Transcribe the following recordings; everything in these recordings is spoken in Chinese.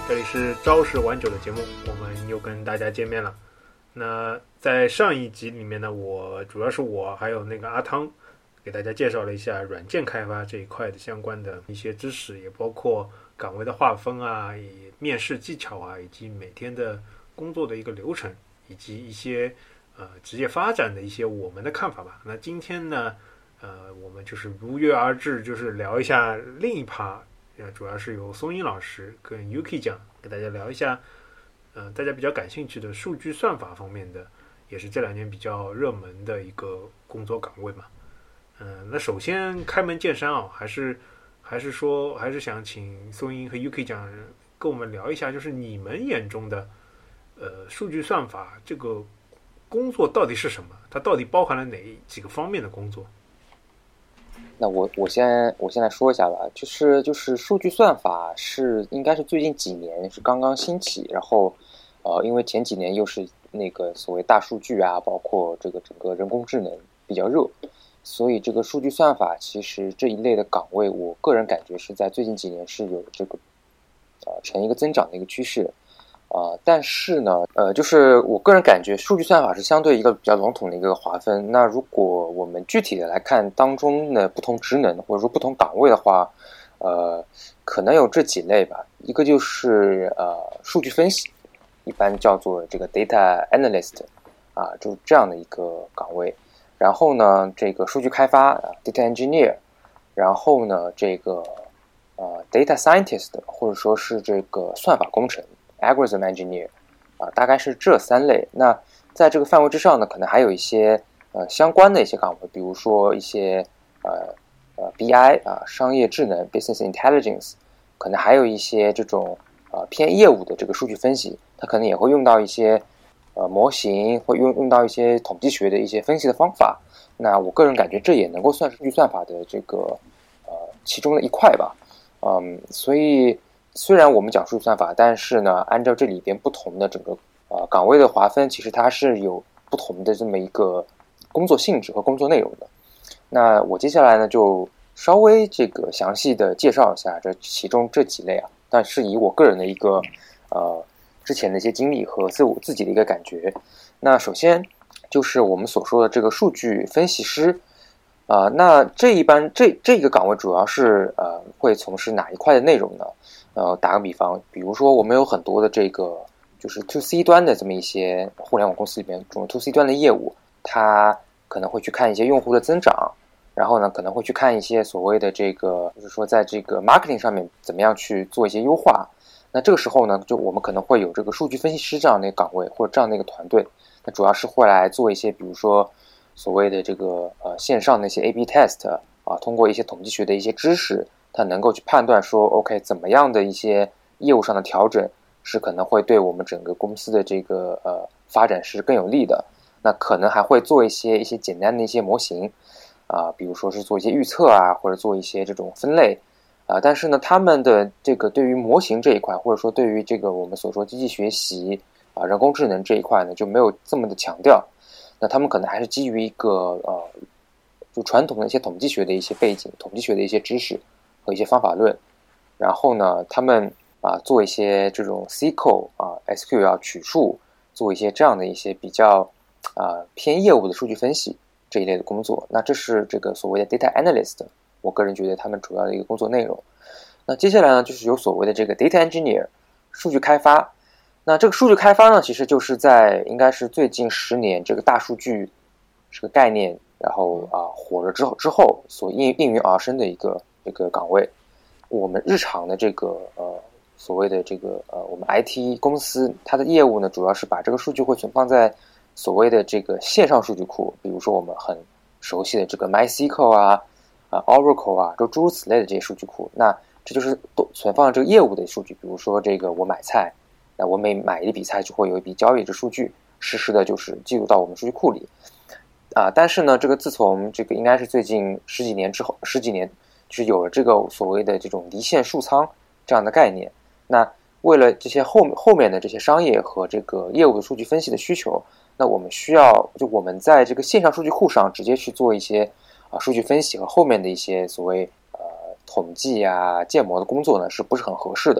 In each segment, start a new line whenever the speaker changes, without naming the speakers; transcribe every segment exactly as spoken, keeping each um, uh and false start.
这里是朝十晚九的节目，我们又跟大家见面了。那在上一集里面呢，我主要是我还有那个阿汤给大家介绍了一下软件开发这一块的相关的一些知识，也包括岗位的划分啊，以面试技巧啊，以及每天的工作的一个流程，以及一些呃职业发展的一些我们的看法吧。那今天呢，呃，我们就是如约而至，就是聊一下另一趴。呃，主要是由松英老师跟 Yuki 讲，给大家聊一下，呃，大家比较感兴趣的数据算法方面的，也是这两年比较热门的一个工作岗位嘛。嗯、呃，那首先开门见山啊，还是还是说，还是想请松英和 Yuki 讲跟我们聊一下，就是你们眼中的呃数据算法这个工作到底是什么？它到底包含了哪几个方面的工作？
那我我先我先来说一下吧，就是就是数据算法是应该是最近几年是刚刚兴起，然后呃，因为前几年又是那个所谓大数据啊，包括这个整个人工智能比较热，所以这个数据算法其实这一类的岗位，我个人感觉是在最近几年是有这个呃呈一个增长的一个趋势。啊、呃，但是呢，呃，就是我个人感觉，数据算法是相对一个比较笼统的一个划分。那如果我们具体的来看当中的不同职能或者说不同岗位的话，呃，可能有这几类吧。一个就是呃数据分析，一般叫做这个 data analyst 啊，就是这样的一个岗位。然后呢，这个数据开发啊 data engineer，然后呢，这个呃 data scientist 或者说是这个算法工程。algorithm engineer 啊，大概是这三类。那在这个范围之上呢，可能还有一些呃相关的一些岗位，比如说一些呃呃 B I 啊，商业智能 business intelligence， 可能还有一些这种呃偏业务的这个数据分析，它可能也会用到一些呃模型，会用用到一些统计学的一些分析的方法。那我个人感觉这也能够算是数据算法的这个呃其中的一块吧。嗯，所以。虽然我们讲数据算法，但是呢，按照这里边不同的整个呃岗位的划分，其实它是有不同的这么一个工作性质和工作内容的。那我接下来呢，就稍微这个详细的介绍一下这其中这几类啊，但是以我个人的一个呃之前的一些经历和自我自己的一个感觉。那首先就是我们所说的这个数据分析师。啊、呃，那这一般这这个岗位主要是呃会从事哪一块的内容呢？呃，打个比方，比如说我们有很多的这个就是 to C 端的这么一些互联网公司里面，这种 to C 端的业务，它可能会去看一些用户的增长，然后呢可能会去看一些所谓的这个，就是说在这个 marketing 上面怎么样去做一些优化。那这个时候呢，就我们可能会有这个数据分析师这样的一个岗位或者这样的一个团队，那主要是会来做一些，比如说所谓的这个呃线上的一些 A B test 啊，通过一些统计学的一些知识。它能够去判断说 OK 怎么样的一些业务上的调整是可能会对我们整个公司的这个呃发展是更有利的。那可能还会做一些一些简单的一些模型啊、呃，比如说是做一些预测啊，或者做一些这种分类啊、呃。但是呢，他们的这个对于模型这一块，或者说对于这个我们所说机器学习啊、呃、人工智能这一块呢，就没有这么的强调。那他们可能还是基于一个呃就传统的一些统计学的一些背景，统计学的一些知识。和一些方法论，然后呢，他们啊做一些这种 S Q L 啊 S Q L 取数，做一些这样的一些比较啊偏业务的数据分析这一类的工作。那这是这个所谓的 data analyst， 我个人觉得他们主要的一个工作内容。那接下来呢，就是有所谓的这个 data engineer， 数据开发。那这个数据开发呢，其实就是在应该是最近十年这个大数据这个概念，然后啊火了之后之后所应应运而生的一个。这个岗位，我们日常的这个呃所谓的这个呃我们 I T 公司，它的业务呢，主要是把这个数据会存放在所谓的这个线上数据库，比如说我们很熟悉的这个 MySQL 啊、啊 Oracle 啊，都诸如此类的这些数据库。那这就是存放这个业务的数据，比如说这个我买菜，那我每买一笔菜就会有一笔交易的数据，实时的就是记录到我们数据库里啊。但是呢，这个自从这个应该是最近十几年之后，十几年。就是有了这个所谓的这种离线数仓这样的概念。那为了这些后后面的这些商业和这个业务的数据分析的需求，那我们需要就我们在这个线上数据库上直接去做一些啊数据分析和后面的一些所谓呃统计啊建模的工作呢，是不是很合适的？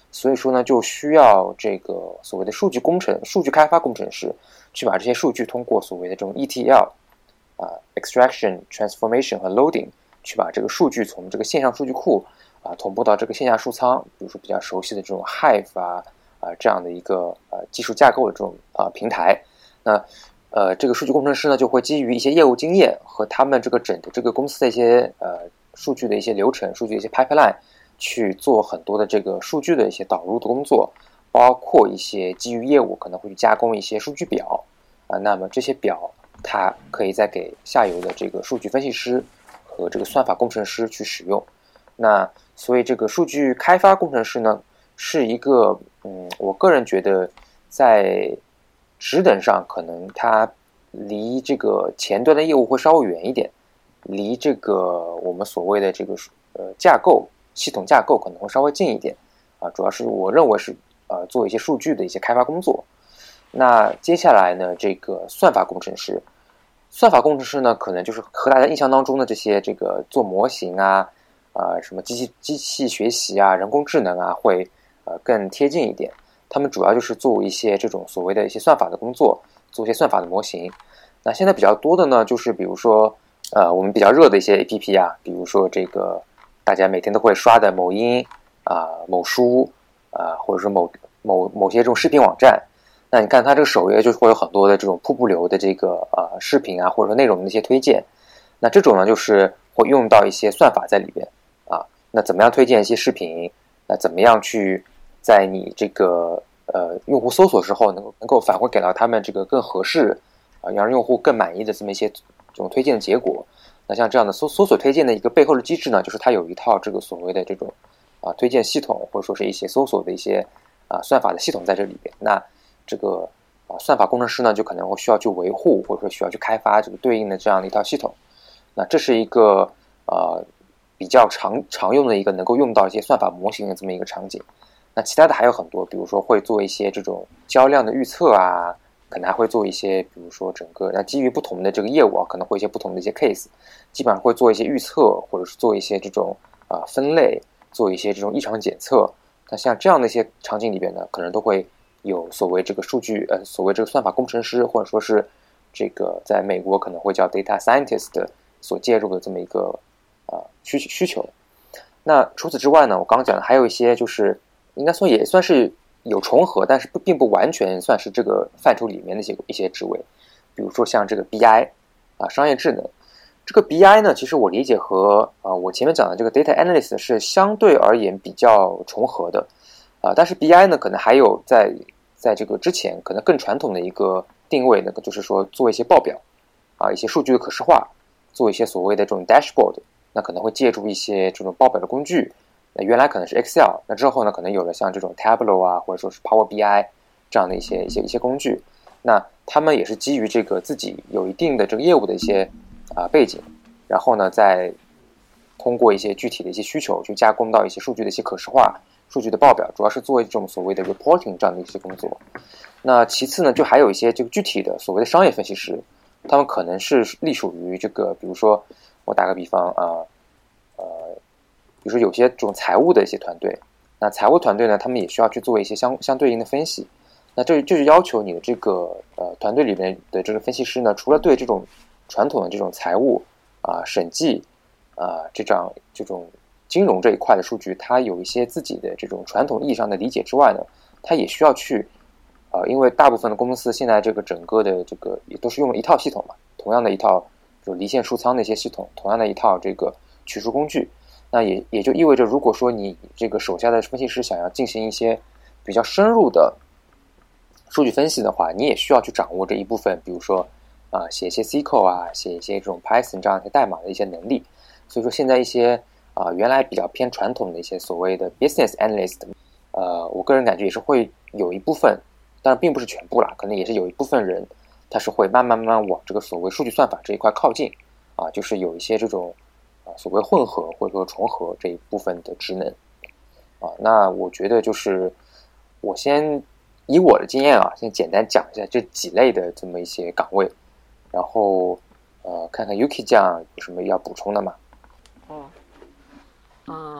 所以说呢，就需要这个所谓的数据工程、数据开发工程师去把这些数据通过所谓的这种 E T L 啊 extraction、transformation 和 loading 去把这个数据从这个线上数据库啊同步到这个线下数仓，比如说比较熟悉的这种 Hive 啊啊这样的一个呃技术架构的这种啊平台。那呃这个数据工程师呢就会基于一些业务经验和他们这个整个这个公司的一些呃数据的一些流程、数据的一些 pipeline。去做很多的这个数据的一些导入的工作，包括一些基于业务可能会去加工一些数据表啊，那么这些表它可以再给下游的这个数据分析师和这个算法工程师去使用。那所以这个数据开发工程师呢，是一个嗯，我个人觉得在职等上可能它离这个前端的业务会稍微远一点，离这个我们所谓的这个呃架构。系统架构可能会稍微近一点啊，主要是我认为是呃做一些数据的一些开发工作。那接下来呢，这个算法工程师，算法工程师呢，可能就是和大家印象当中的这些这个做模型啊，啊、呃、什么机器机器学习啊、人工智能啊，会呃更贴近一点。他们主要就是做一些这种所谓的一些算法的工作，做一些算法的模型。那现在比较多的呢，就是比如说呃我们比较热的一些 A P P 啊，比如说这个。大家每天都会刷的某音啊、呃、某书啊、呃，或者说某某某些这种视频网站，那你看它这个首页就会有很多的这种瀑布流的这个呃视频啊，或者说内容的一些推荐。那这种呢，就是会用到一些算法在里边啊。那怎么样推荐一些视频？那怎么样去在你这个呃用户搜索之后，能能够反馈给到他们这个更合适啊，让用户更满意的这么一些这种推荐的结果？那像这样的搜搜索推荐的一个背后的机制呢，就是它有一套这个所谓的这种啊推荐系统，或者说是一些搜索的一些啊算法的系统在这里边。那这个啊算法工程师呢，就可能会需要去维护，或者说需要去开发这个对应的这样的一套系统。那这是一个呃比较常常用的一个能够用到一些算法模型的这么一个场景。那其他的还有很多，比如说会做一些这种交量的预测啊。可能还会做一些，比如说整个那基于不同的这个业务啊，可能会一些不同的一些 case， 基本上会做一些预测，或者是做一些这种啊、呃、分类，做一些这种异常检测。那像这样的一些场景里边呢，可能都会有所谓这个数据呃，所谓这个算法工程师，或者说是这个在美国可能会叫 data scientist 所介入的这么一个啊、呃、需需求。那除此之外呢，我刚刚讲的还有一些就是应该说也算是。有重合，但是不并不完全算是这个范畴里面的一些一些职位，比如说像这个 B I 啊，商业智能。这个 B I 呢，其实我理解和啊我前面讲的这个 data analyst 是相对而言比较重合的啊，但是 B I 呢，可能还有在在这个之前可能更传统的一个定位呢，就是说做一些报表啊，一些数据的可视化，做一些所谓的这种 dashboard， 那可能会借助一些这种报表的工具。那原来可能是 Excel， 那之后呢，可能有了像这种 Tableau 啊，或者说是 Power B I 这样的一些一些一些工具。那他们也是基于这个自己有一定的这个业务的一些啊、呃、背景，然后呢，再通过一些具体的一些需求去加工到一些数据的一些可视化、数据的报表，主要是做这种所谓的 reporting 这样的一些工作。那其次呢，就还有一些这个具体的所谓的商业分析师，他们可能是隶属于这个，比如说我打个比方啊，呃。比如说有些这种财务的一些团队，那财务团队呢，他们也需要去做一些相相对应的分析。那这就是要求你的这个呃团队里面的这个分析师呢，除了对这种传统的这种财务啊、呃、审计啊、呃、这样这种金融这一块的数据，他有一些自己的这种传统意义上的理解之外呢，他也需要去呃，因为大部分的公司现在这个整个的这个也都是用了一套系统嘛，同样的一套就离线数仓的一些系统，同样的一套这个取数工具。那也也就意味着，如果说你这个手下的分析师想要进行一些比较深入的数据分析的话，你也需要去掌握这一部分，比如说啊、呃、写一些 S Q L 啊，写一些这种 Python 这样一些代码的一些能力。所以说现在一些啊、呃、原来比较偏传统的一些所谓的 business analyst， 呃，我个人感觉也是会有一部分，当然并不是全部啦，可能也是有一部分人，他是会慢慢慢慢往这个所谓数据算法这一块靠近啊，就是有一些这种。所谓混合或者说重合这一部分的职能啊，那我觉得就是我先以我的经验啊，先简单讲一下这几类的这么一些岗位，然后呃看看 Yuki 酱有什么要补充的吗？
哦，嗯、呃，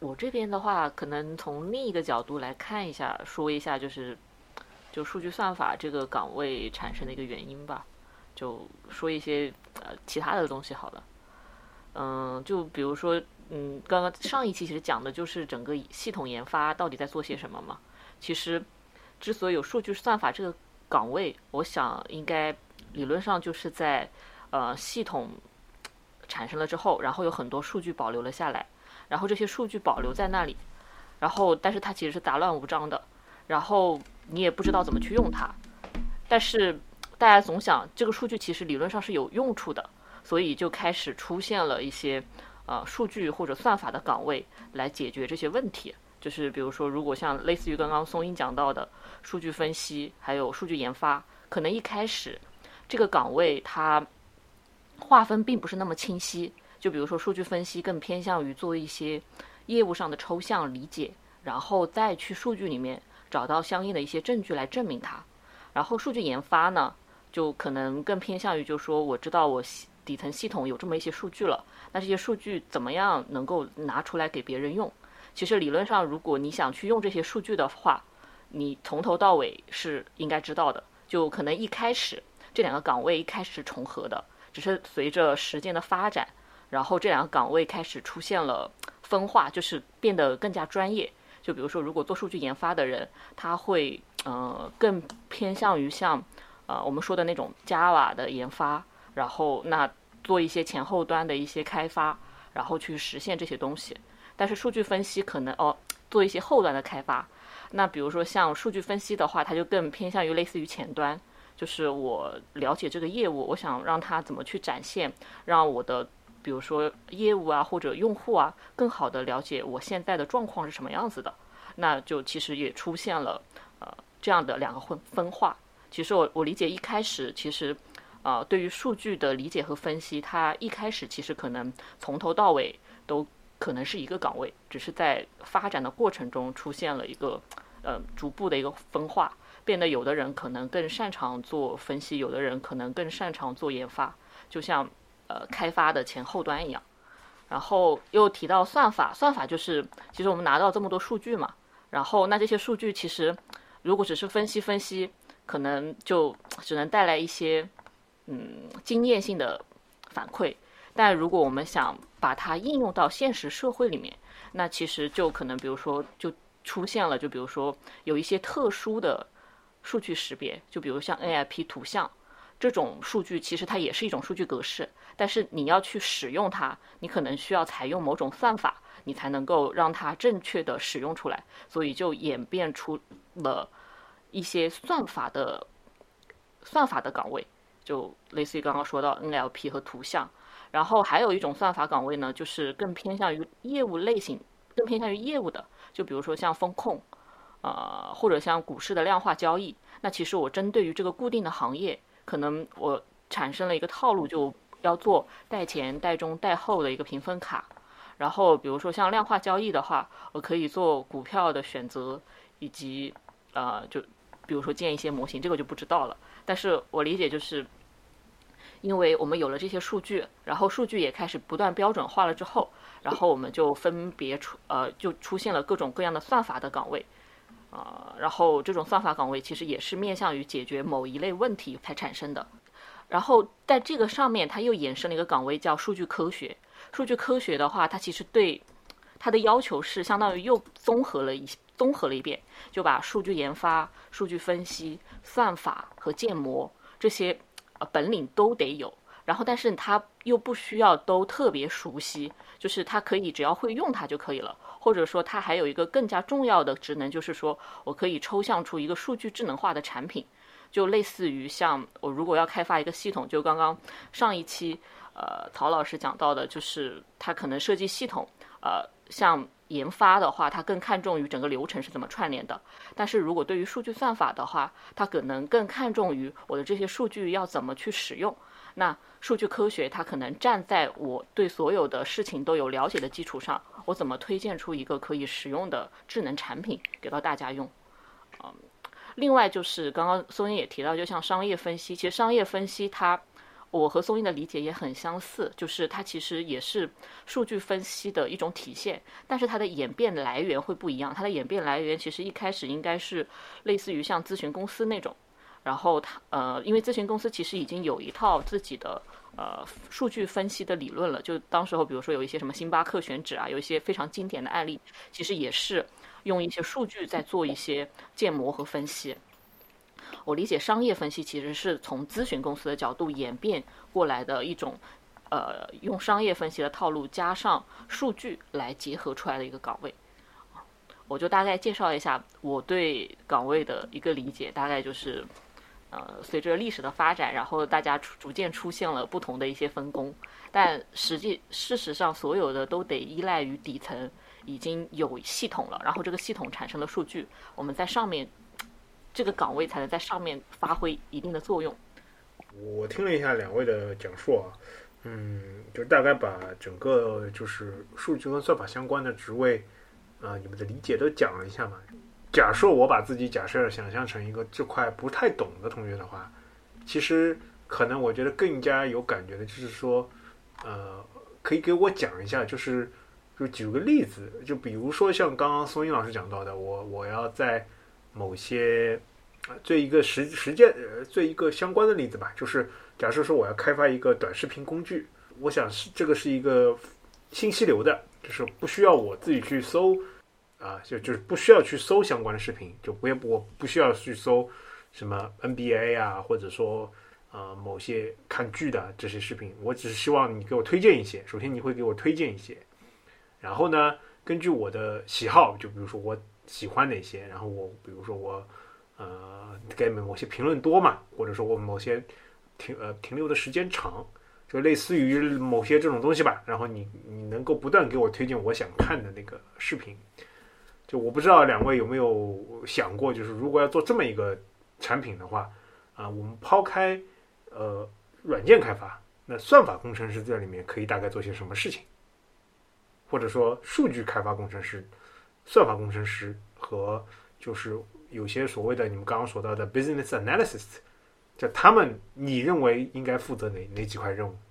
我这边的话，可能从另一个角度来看一下，说一下就是就数据算法这个岗位产生的一个原因吧，就说一些呃其他的东西好了。嗯，就比如说，嗯，刚刚上一期其实讲的就是整个系统研发到底在做些什么嘛。其实，之所以有数据算法这个岗位，我想应该理论上就是在呃系统产生了之后，然后有很多数据保留了下来，然后这些数据保留在那里，然后但是它其实是杂乱无章的，然后你也不知道怎么去用它，但是大家总想这个数据其实理论上是有用处的，所以就开始出现了一些呃数据或者算法的岗位来解决这些问题。就是比如说，如果像类似于刚刚松英讲到的数据分析，还有数据研发，可能一开始这个岗位它划分并不是那么清晰。就比如说数据分析更偏向于做一些业务上的抽象理解，然后再去数据里面找到相应的一些证据来证明它。然后数据研发呢，就可能更偏向于就是说，我知道我底层系统有这么一些数据了，那这些数据怎么样能够拿出来给别人用？其实理论上，如果你想去用这些数据的话，你从头到尾是应该知道的。就可能一开始这两个岗位一开始是重合的，只是随着时间的发展，然后这两个岗位开始出现了分化，就是变得更加专业。就比如说，如果做数据研发的人，他会呃更偏向于像呃我们说的那种 Java 的研发，然后那做一些前后端的一些开发，然后去实现这些东西。但是数据分析可能哦做一些后端的开发。那比如说像数据分析的话，它就更偏向于类似于前端，就是我了解这个业务，我想让它怎么去展现，让我的比如说业务啊或者用户啊更好的了解我现在的状况是什么样子的。那就其实也出现了呃这样的两个分分化。其实我我理解一开始其实呃对于数据的理解和分析，它一开始其实可能从头到尾都可能是一个岗位，只是在发展的过程中出现了一个呃逐步的一个分化，变得有的人可能更擅长做分析，有的人可能更擅长做研发，就像呃开发的前后端一样。然后又提到算法，算法就是其实我们拿到这么多数据嘛，然后那这些数据其实如果只是分析分析，可能就只能带来一些嗯经验性的反馈。但如果我们想把它应用到现实社会里面，那其实就可能比如说就出现了，就比如说有一些特殊的数据识别，就比如像 N L P 图像这种数据，其实它也是一种数据格式，但是你要去使用它，你可能需要采用某种算法，你才能够让它正确的使用出来。所以就演变出了一些算法的算法的岗位，就类似于刚刚说到 N L P 和图像。然后还有一种算法岗位呢，就是更偏向于业务类型，更偏向于业务的，就比如说像风控，呃，或者像股市的量化交易。那其实我针对于这个固定的行业，可能我产生了一个套路，就要做带前、带中、带后的一个评分卡。然后比如说像量化交易的话，我可以做股票的选择，以及呃，就比如说建一些模型，这个就不知道了。但是我理解就是。因为我们有了这些数据，然后数据也开始不断标准化了之后，然后我们就分别出呃就出现了各种各样的算法的岗位，呃，然后这种算法岗位其实也是面向于解决某一类问题才产生的。然后在这个上面，它又衍生了一个岗位叫数据科学。数据科学的话，它其实对它的要求是相当于又综合了一综合了一遍，就把数据研发、数据分析、算法和建模这些。本领都得有，然后但是他又不需要都特别熟悉，就是他可以只要会用它就可以了。或者说他还有一个更加重要的职能，就是说我可以抽象出一个数据智能化的产品，就类似于像我如果要开发一个系统，就刚刚上一期呃曹老师讲到的，就是他可能设计系统，呃像研发的话，它更看重于整个流程是怎么串联的。但是如果对于数据算法的话，它可能更看重于我的这些数据要怎么去使用。那数据科学它可能站在我对所有的事情都有了解的基础上，我怎么推荐出一个可以使用的智能产品给到大家用。嗯，另外就是刚刚松英也提到，就像商业分析，其实商业分析它我和松英的理解也很相似，就是它其实也是数据分析的一种体现，但是它的演变来源会不一样。它的演变来源其实一开始应该是类似于像咨询公司那种，然后它呃，因为咨询公司其实已经有一套自己的呃数据分析的理论了，就当时候比如说有一些什么星巴克选址啊，有一些非常经典的案例，其实也是用一些数据在做一些建模和分析。我理解商业分析其实是从咨询公司的角度演变过来的一种，呃，用商业分析的套路加上数据来结合出来的一个岗位。我就大概介绍一下我对岗位的一个理解，大概就是，呃，随着历史的发展，然后大家逐渐出现了不同的一些分工，但实际事实上所有的都得依赖于底层已经有系统了，然后这个系统产生的数据，我们在上面。这个岗位才能在上面发挥一定的作用。
我听了一下两位的讲述啊，嗯，就大概把整个就是数据跟算法相关的职位，啊、呃，你们的理解都讲了一下嘛。假设我把自己假设想象成一个这块不太懂的同学的话，其实可能我觉得更加有感觉的就是说，呃，可以给我讲一下，就是就举个例子，就比如说像刚刚松英老师讲到的，我我要在某些最一个实实践呃最一个相关的例子吧，就是假设说我要开发一个短视频工具，我想是这个是一个信息流的，就是不需要我自己去搜啊，就就是不需要去搜相关的视频，就不也我不需要去搜什么 N B A 啊，或者说呃某些看剧的这些视频，我只是希望你给我推荐一些，首先你会给我推荐一些，然后呢根据我的喜好，就比如说我喜欢哪些，然后我比如说我呃给某些评论多嘛，或者说我某些停呃停留的时间长，就类似于某些这种东西吧，然后你你能够不断给我推荐我想看的那个视频。就我不知道两位有没有想过，就是如果要做这么一个产品的话啊、呃，我们抛开呃软件开发，那算法工程师在里面可以大概做些什么事情，或者说数据开发工程师、算法工程师和就是有些所谓的你们刚刚说到的 business analysis， 就他们你认为应该负责哪哪几块任务？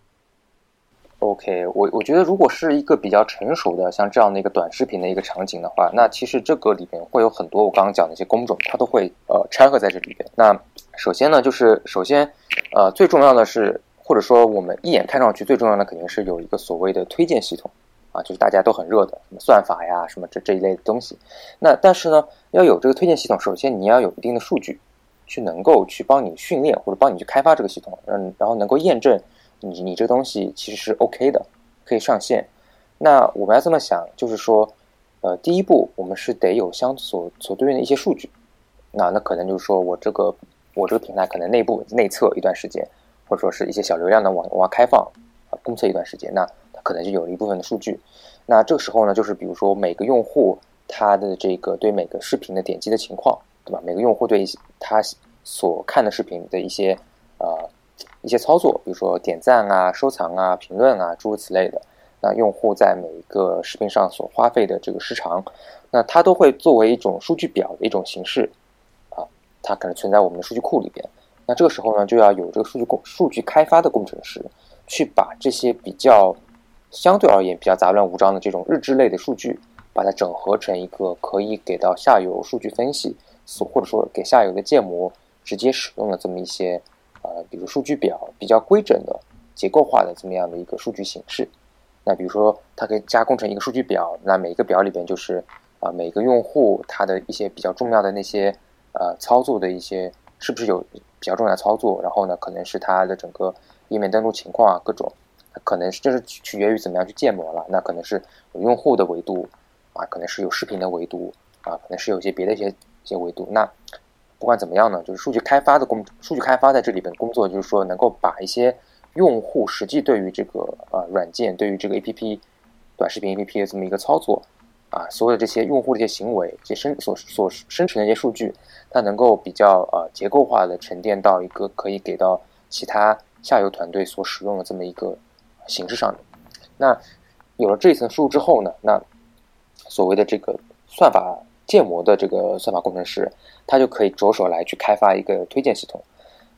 OK， 我我觉得如果是一个比较成熟的像这样的一个短视频的一个场景的话，那其实这个里面会有很多我刚刚讲的一些工种，它都会呃掺和在这里边。那首先呢，就是首先呃最重要的是，或者说我们一眼看上去最重要的肯定是有一个所谓的推荐系统啊，就是大家都很热的什么算法呀什么这这一类的东西。那但是呢，要有这个推荐系统，首先你要有一定的数据，去能够去帮你训练或者帮你去开发这个系统，嗯，然后能够验证。你你这个东西其实是 OK 的，可以上线。那我们要这么想，就是说，呃，第一步我们是得有相所所对应的一些数据。那那可能就是说我这个我这个平台可能内部内测一段时间，或者说是一些小流量的往往外开放，啊，公测一段时间，那它可能就有了一部分的数据。那这个时候呢，就是比如说每个用户他的这个对每个视频的点击的情况，对吧？每个用户对他所看的视频的一些呃。一些操作，比如说点赞啊、收藏啊、评论啊，诸如此类的。那用户在每一个视频上所花费的这个时长，那它都会作为一种数据表的一种形式啊，它可能存在我们的数据库里边。那这个时候呢，就要有这个数据工数据开发的工程师去把这些比较相对而言比较杂乱无章的这种日志类的数据，把它整合成一个可以给到下游数据分析，所或者说给下游的建模直接使用的这么一些。呃，比如数据表比较规整的、结构化的这么样的一个数据形式。那比如说，它可以加工成一个数据表，那每一个表里边就是啊、呃，每个用户他的一些比较重要的那些呃操作的一些是不是有比较重要的操作，然后呢，可能是它的整个页面登录情况啊，各种，可能是这是取决于怎么样去建模了。那可能是有用户的维度啊，可能是有视频的维度啊，可能是有一些别的一些一些维度。那不管怎么样呢，就是数据开发的工，数据开发在这里边工作，就是说能够把一些用户实际对于这个呃软件，对于这个 A P P 短视频 A P P 的这么一个操作啊，所有的这些用户的一些行为，这些生所所生成的一些数据，它能够比较呃结构化的沉淀到一个可以给到其他下游团队所使用的这么一个形式上的。那有了这一层数之后呢，那所谓的这个算法建模的这个算法工程师，他就可以着手来去开发一个推荐系统。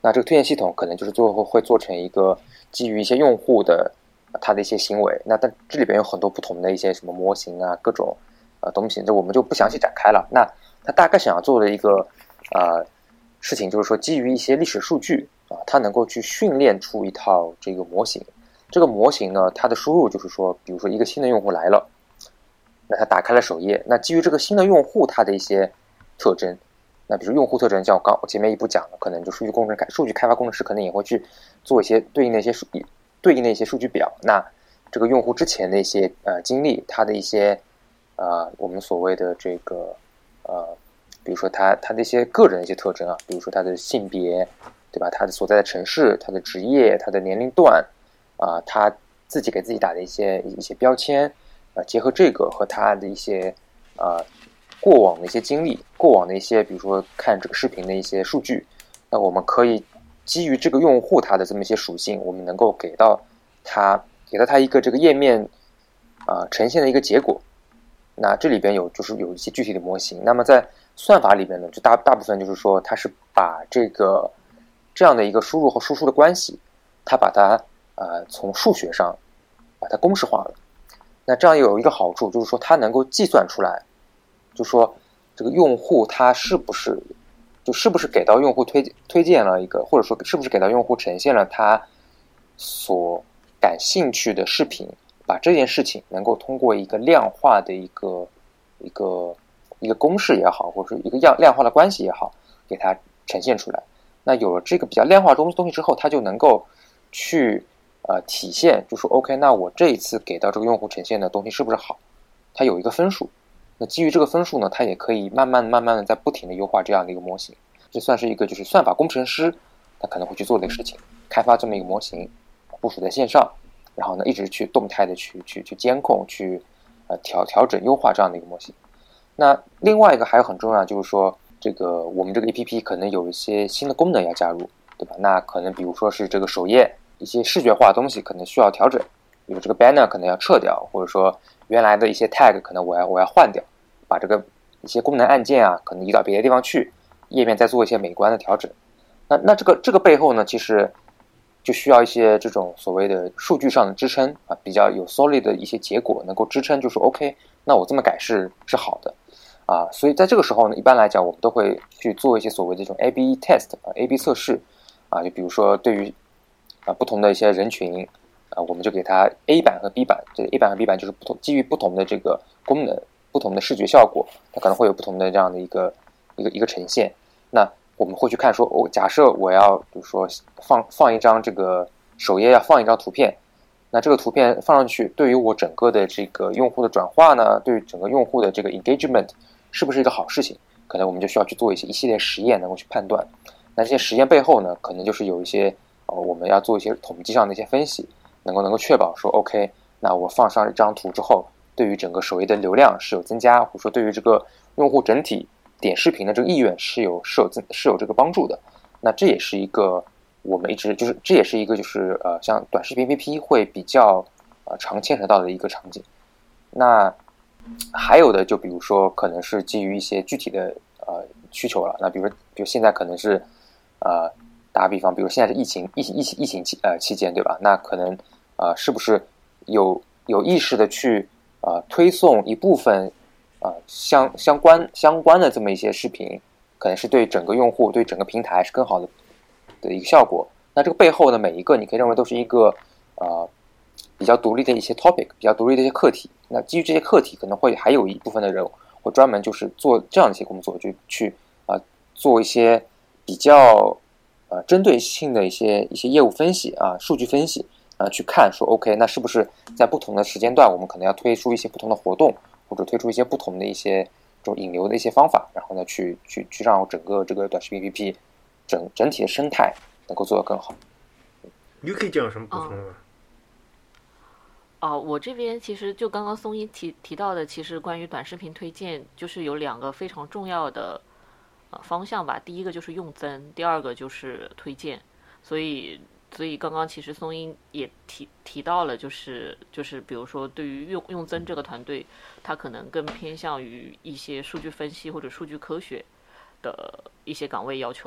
那这个推荐系统可能就是最后会做成一个基于一些用户的他的一些行为，那但这里边有很多不同的一些什么模型啊，各种呃东西，这我们就不详细展开了。那他大概想要做的一个呃事情就是说，基于一些历史数据啊，它能够去训练出一套这个模型。这个模型呢，它的输入就是说，比如说一个新的用户来了，那他打开了首页，那基于这个新的用户他的一些特征，那比如用户特征，像我刚我前面一步讲的，可能就数据工程开数据开发工程师可能也会去做一些对应的一些数对应的一些数据表。那这个用户之前的一些呃经历，他的一些呃我们所谓的这个呃，比如说他他的一些个人的一些特征啊，比如说他的性别，对吧？他的所在的城市，他的职业，他的年龄段。啊、呃，他自己给自己打的一些一些标签，啊、呃，结合这个和他的一些呃过往的一些经历，过往的一些，比如说看这个视频的一些数据，那我们可以基于这个用户他的这么一些属性，我们能够给到他给到他一个这个页面啊、呃、呈现的一个结果。那这里边有就是有一些具体的模型。那么在算法里边呢，就大大部分就是说，它是把这个这样的一个输入和输出的关系，它把它呃，从数学上把它公式化了。那这样有一个好处，就是说它能够计算出来，就说这个用户他是不是就是不是给到用户推推荐了一个，或者说是不是给到用户呈现了他所感兴趣的视频，把这件事情能够通过一个量化的一个一个一个公式也好，或者是一个量量化的关系也好，给它呈现出来。那有了这个比较量化东东西之后，它就能够去呃，体现就说 OK， 那我这一次给到这个用户呈现的东西是不是好？它有一个分数。那基于这个分数呢，它也可以慢慢慢慢的在不停的优化这样的一个模型。这算是一个就是算法工程师他可能会去做的一个事情，开发这么一个模型，部署在线上，然后呢一直去动态的去去去监控，去呃调调整优化这样的一个模型。那另外一个还有很重要，就是说这个我们这个 A P P 可能有一些新的功能要加入，对吧？那可能比如说是这个首页。一些视觉化的东西可能需要调整，比如这个 banner 可能要撤掉，或者说原来的一些 tag 可能我要我要换掉，把这个一些功能按键啊可能移到别的地方去，页面再做一些美观的调整。那那这个这个背后呢，其实就需要一些这种所谓的数据上的支撑啊，比较有 solid 的一些结果能够支撑，就是 OK， 那我这么改是是好的啊。所以在这个时候呢，一般来讲我们都会去做一些所谓的这种 A B test 啊 A B 测试啊，就比如说对于啊，不同的一些人群啊，我们就给它 A 版和 B 版，这 A 版和 B 版就是不同基于不同的这个功能、不同的视觉效果，它可能会有不同的这样的一个一个一个呈现。那我们会去看说，我、哦、假设我要比如说放放一张这个首页要放一张图片，那这个图片放上去，对于我整个的这个用户的转化呢，对于整个用户的这个 engagement 是不是一个好事情？可能我们就需要去做一些一系列实验，能够去判断。那这些实验背后呢，可能就是有一些。我们要做一些统计上的一些分析，能够能够确保说 OK， 那我放上一张图之后，对于整个首页的流量是有增加，或者说对于这个用户整体点视频的这个意愿是有是有是有这个帮助的。那这也是一个我们一直就是这也是一个就是呃像短视频 A P P 会比较呃常牵扯到的一个场景。那还有的就比如说可能是基于一些具体的呃需求了，那比如比如现在可能是呃。打个比方，比如现在是疫情疫情疫情疫情期呃期间，对吧？那可能呃是不是有有意识的去呃推送一部分呃相相关相关的这么一些视频，可能是对整个用户对整个平台是更好的的一个效果。那这个背后呢，每一个你可以认为都是一个呃比较独立的一些 topic， 比较独立的一些课题。那基于这些课题，可能会还有一部分的人会专门就是做这样的一些工作，就去啊、呃、做一些比较。呃，针对性的一些一些业务分析啊，数据分析啊，去看说 OK， 那是不是在不同的时间段，我们可能要推出一些不同的活动，或者推出一些不同的一些这种引流的一些方法，然后呢，去去去让整个这个短视频 A P P 整整体的生态能够做得更好。
你可以讲什么补充吗？
哦、呃，我这边其实就刚刚松一提提到的，其实关于短视频推荐，就是有两个非常重要的。呃，方向吧，第一个就是用增，第二个就是推荐。所以，所以刚刚其实松英也提提到了，就是就是比如说对于用用增这个团队，他可能更偏向于一些数据分析或者数据科学的一些岗位要求。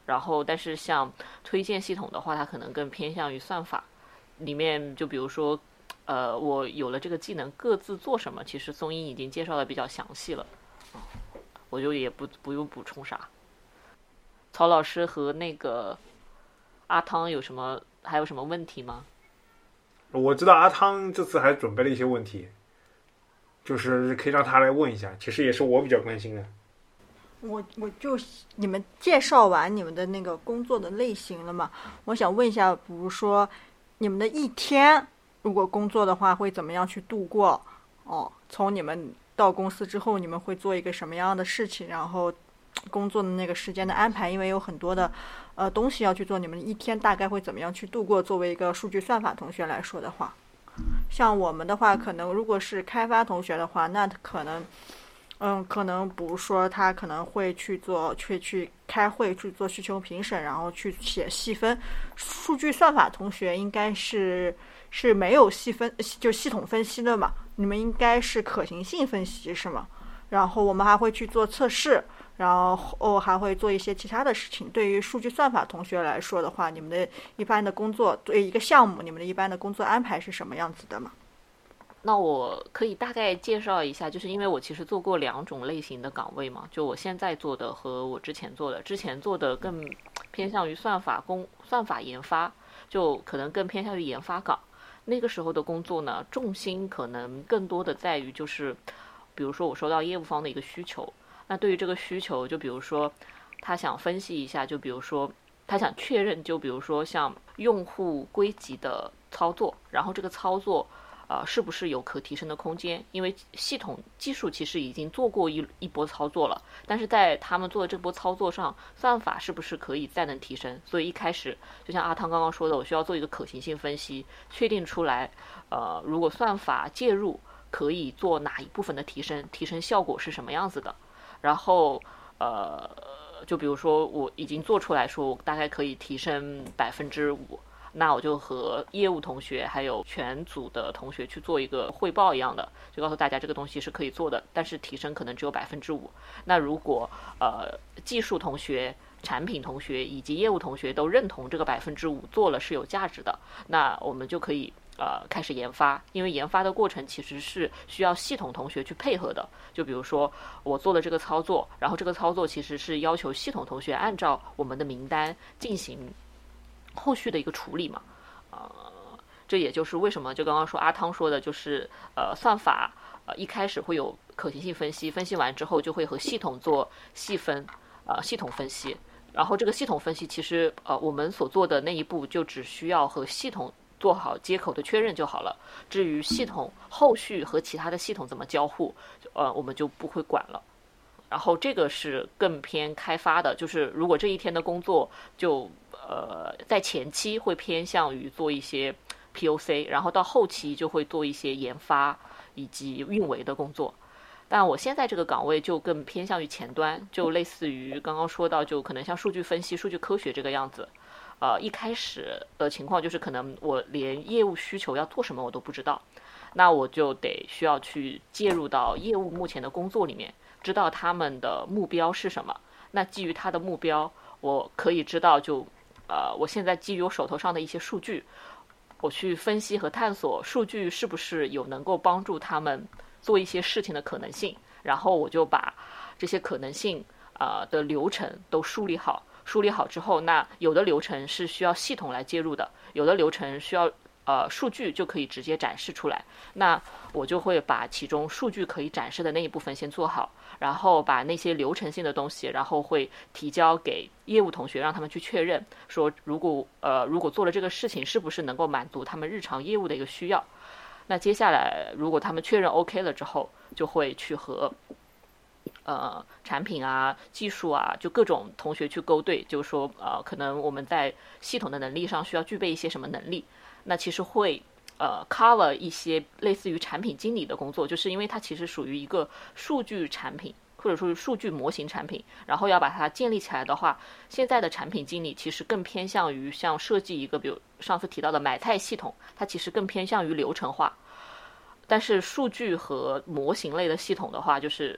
然后但是像推荐系统的话，它可能更偏向于算法里面，就比如说呃，我有了这个技能各自做什么，其实松英已经介绍的比较详细了，我就也不不用补充啥。曹老师和那个阿汤有什么还有什么问题吗？
我知道阿汤这次还准备了一些问题，就是可以让他来问一下，其实也是我比较关心的。
我我就你们介绍完你们的那个工作的类型了嘛？我想问一下，比如说你们的一天如果工作的话会怎么样去度过？哦，从你们到公司之后，你们会做一个什么样的事情？然后工作的那个时间的安排，因为有很多的呃东西要去做，你们一天大概会怎么样去度过？作为一个数据算法同学来说的话，像我们的话，可能如果是开发同学的话，那可能嗯，可能比如说他可能会去做，去去开会去做需求评审，然后去写细分。数据算法同学应该是是没有细分就系统分析的嘛，你们应该是可行性分析是吗？然后我们还会去做测试，然后还会做一些其他的事情。对于数据算法同学来说的话，你们的一般的工作对一个项目，你们的一般的工作安排是什么样子的吗？
那我可以大概介绍一下，就是因为我其实做过两种类型的岗位嘛，就我现在做的和我之前做的，之前做的更偏向于算法工算法研发，就可能更偏向于研发岗。那个时候的工作呢，重心可能更多的在于就是，比如说我收到业务方的一个需求，那对于这个需求，就比如说他想分析一下，就比如说他想确认，就比如说像用户归集的操作，然后这个操作。呃，是不是有可提升的空间？因为系统技术其实已经做过一一波操作了，但是在他们做的这波操作上，算法是不是可以再能提升？所以一开始就像阿汤刚刚说的，我需要做一个可行性分析，确定出来，呃，如果算法介入可以做哪一部分的提升，提升效果是什么样子的？然后，呃，就比如说我已经做出来说，我大概可以提升百分之五。那我就和业务同学还有全组的同学去做一个汇报一样的，就告诉大家这个东西是可以做的，但是提升可能只有百分之五。那如果呃技术同学、产品同学以及业务同学都认同这个百分之五做了是有价值的，那我们就可以呃开始研发。因为研发的过程其实是需要系统同学去配合的。就比如说我做了这个操作，然后这个操作其实是要求系统同学按照我们的名单进行后续的一个处理嘛，呃，这也就是为什么就刚刚说阿汤说的，就是呃算法呃一开始会有可行性分析，分析完之后就会和系统做细分，呃系统分析，然后这个系统分析其实呃我们所做的那一步就只需要和系统做好接口的确认就好了，至于系统后续和其他的系统怎么交互，呃我们就不会管了。然后这个是更偏开发的，就是如果这一天的工作就呃在前期会偏向于做一些 P O C， 然后到后期就会做一些研发以及运维的工作。但我现在这个岗位就更偏向于前端，就类似于刚刚说到，就可能像数据分析、数据科学这个样子。呃，一开始的情况就是可能我连业务需求要做什么我都不知道，那我就得需要去介入到业务目前的工作里面，知道他们的目标是什么。那基于他的目标，我可以知道就呃，我现在基于我手头上的一些数据，我去分析和探索数据是不是有能够帮助他们做一些事情的可能性，然后我就把这些可能性呃的流程都梳理好。梳理好之后，那有的流程是需要系统来介入的，有的流程需要呃数据就可以直接展示出来。那我就会把其中数据可以展示的那一部分先做好，然后把那些流程性的东西，然后会提交给业务同学，让他们去确认，说如果呃如果做了这个事情，是不是能够满足他们日常业务的一个需要。那接下来如果他们确认 OK 了之后，就会去和呃，产品啊、技术啊，就各种同学去勾兑，就是说，呃，可能我们在系统的能力上需要具备一些什么能力。那其实会呃 cover 一些类似于产品经理的工作，就是因为它其实属于一个数据产品，或者说是数据模型产品，然后要把它建立起来的话，现在的产品经理其实更偏向于像设计一个，比如上次提到的买菜系统，它其实更偏向于流程化。但是数据和模型类的系统的话，就是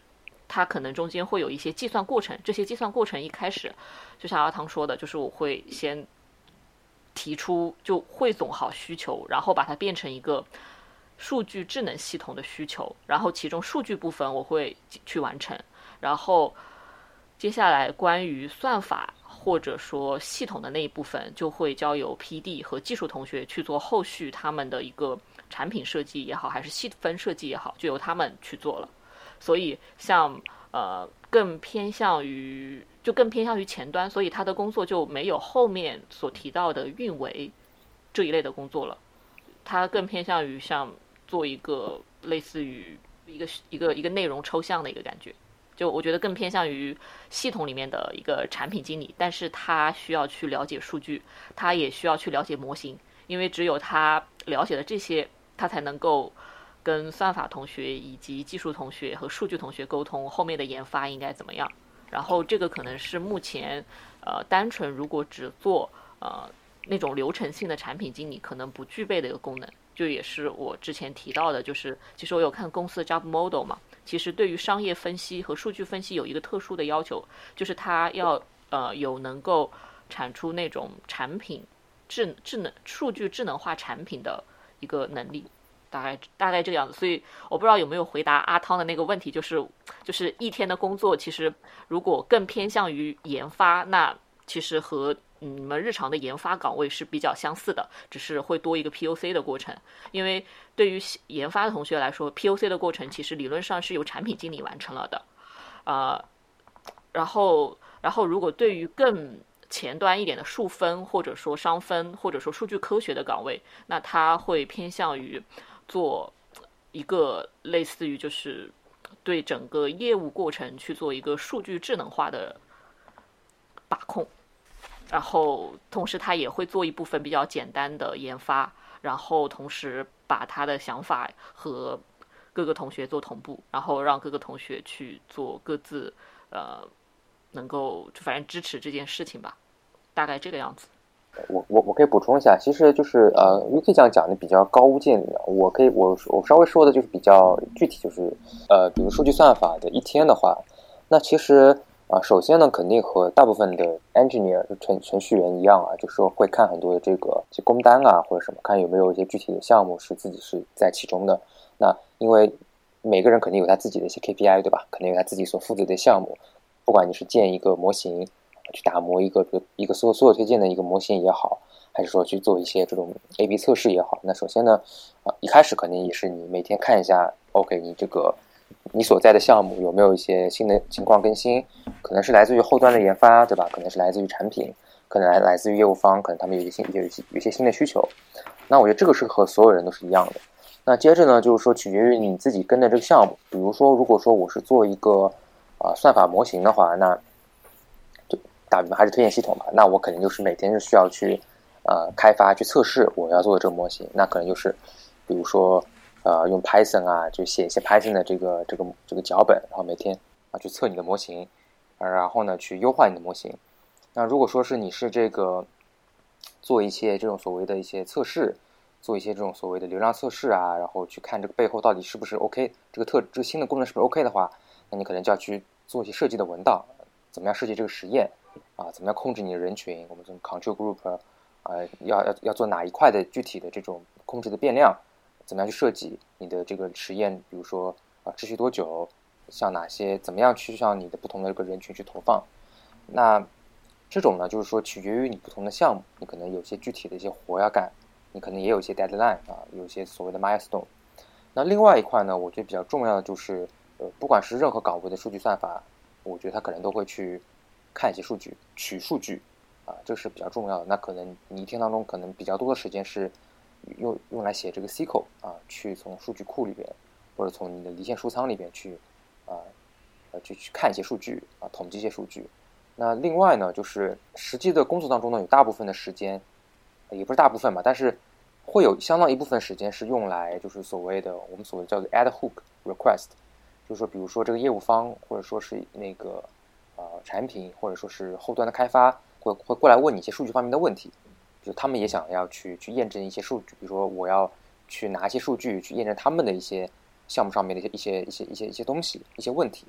它可能中间会有一些计算过程，这些计算过程一开始，就像阿汤说的，就是我会先提出，就汇总好需求，然后把它变成一个数据智能系统的需求，然后其中数据部分我会去完成，然后接下来关于算法或者说系统的那一部分，就会交由 P D 和技术同学去做后续他们的一个产品设计也好，还是细分设计也好，就由他们去做了。所以像呃更偏向于就更偏向于前端，所以他的工作就没有后面所提到的运维这一类的工作了，他更偏向于像做一个类似于一个一个一个内容抽象的一个感觉。就我觉得更偏向于系统里面的一个产品经理，但是他需要去了解数据，他也需要去了解模型，因为只有他了解了这些，他才能够跟算法同学以及技术同学和数据同学沟通后面的研发应该怎么样。然后这个可能是目前呃单纯如果只做呃那种流程性的产品经理可能不具备的一个功能。就也是我之前提到的，就是其实我有看公司的 job model 嘛，其实对于商业分析和数据分析有一个特殊的要求，就是它要呃有能够产出那种产品智智能数据智能化产品的一个能力，大概大概这个样子。所以我不知道有没有回答阿汤的那个问题，就是就是一天的工作其实如果更偏向于研发，那其实和你们日常的研发岗位是比较相似的，只是会多一个 P O C 的过程。因为对于研发的同学来说 ，P O C 的过程其实理论上是由产品经理完成了的。呃，然后，然后如果对于更前端一点的数分，或者说商分，或者说数据科学的岗位，那它会偏向于做一个类似于就是对整个业务过程去做一个数据智能化的把控。然后同时他也会做一部分比较简单的研发，然后同时把他的想法和各个同学做同步，然后让各个同学去做各自呃能够反正支持这件事情吧，大概这个样子。
我我我可以补充一下，其实就是呃 U K 这样讲的比较高屋建瓴，我可以我我稍微说的就是比较具体，就是呃比如数据算法的一天的话，那其实啊，首先呢，肯定和大部分的 engineer 程程序员一样啊，就是说会看很多的这个一些工单啊或者什么，看有没有一些具体的项目是自己是在其中的。那因为每个人肯定有他自己的一些 K P I， 对吧？肯定有他自己所负责的项目。不管你是建一个模型，去打磨一个一个所有所有推荐的一个模型也好，还是说去做一些这种 A B 测试也好，那首先呢，啊，一开始肯定也是你每天看一下 ，OK， 你这个。你所在的项目有没有一些新的情况更新？可能是来自于后端的研发，对吧？可能是来自于产品，可能来来自于业务方，可能他们有一些新有一些有一些新的需求。那我觉得这个是和所有人都是一样的。那接着呢，就是说取决于你自己跟的这个项目。比如说，如果说我是做一个啊、呃、算法模型的话，那就打比方还是推荐系统吧，那我肯定就是每天是需要去呃开发去测试我要做的这个模型。那可能就是比如说。呃，用 Python 啊，就写一些 Python 的这个这个这个脚本，然后每天啊去测你的模型，然后呢去优化你的模型。那如果说是你是这个做一些这种所谓的一些测试，做一些这种所谓的流量测试啊，然后去看这个背后到底是不是 OK， 这个特这个新的功能是不是 OK 的话，那你可能就要去做一些设计的文档，怎么样设计这个实验啊，怎么样控制你的人群，我们这种 control group 啊，要要要做哪一块的具体的这种控制的变量。怎么样去设计你的这个实验？比如说啊，持续多久？向哪些？怎么样去向你的不同的这个人群去投放？那这种呢，就是说取决于你不同的项目，你可能有些具体的一些活要干，你可能也有一些 deadline 啊，有一些所谓的 milestone。那另外一块呢，我觉得比较重要的就是，呃，不管是任何岗位的数据算法，我觉得他可能都会去看一些数据，取数据啊，这是比较重要的。那可能你一天当中可能比较多的时间是。用用来写这个 S Q L 啊，去从数据库里边或者从你的离线数仓里边去啊呃去去看一些数据啊，统计一些数据。那另外呢，就是实际的工作当中呢，有大部分的时间，也不是大部分吧，但是会有相当一部分时间是用来就是所谓的我们所谓叫做 ad hoc request， 就是说比如说这个业务方或者说是那个呃产品或者说是后端的开发会会过来问你一些数据方面的问题。就他们也想要去去验证一些数据，比如说我要去拿一些数据去验证他们的一些项目上面的一些一些一些一些一些东西一些问题。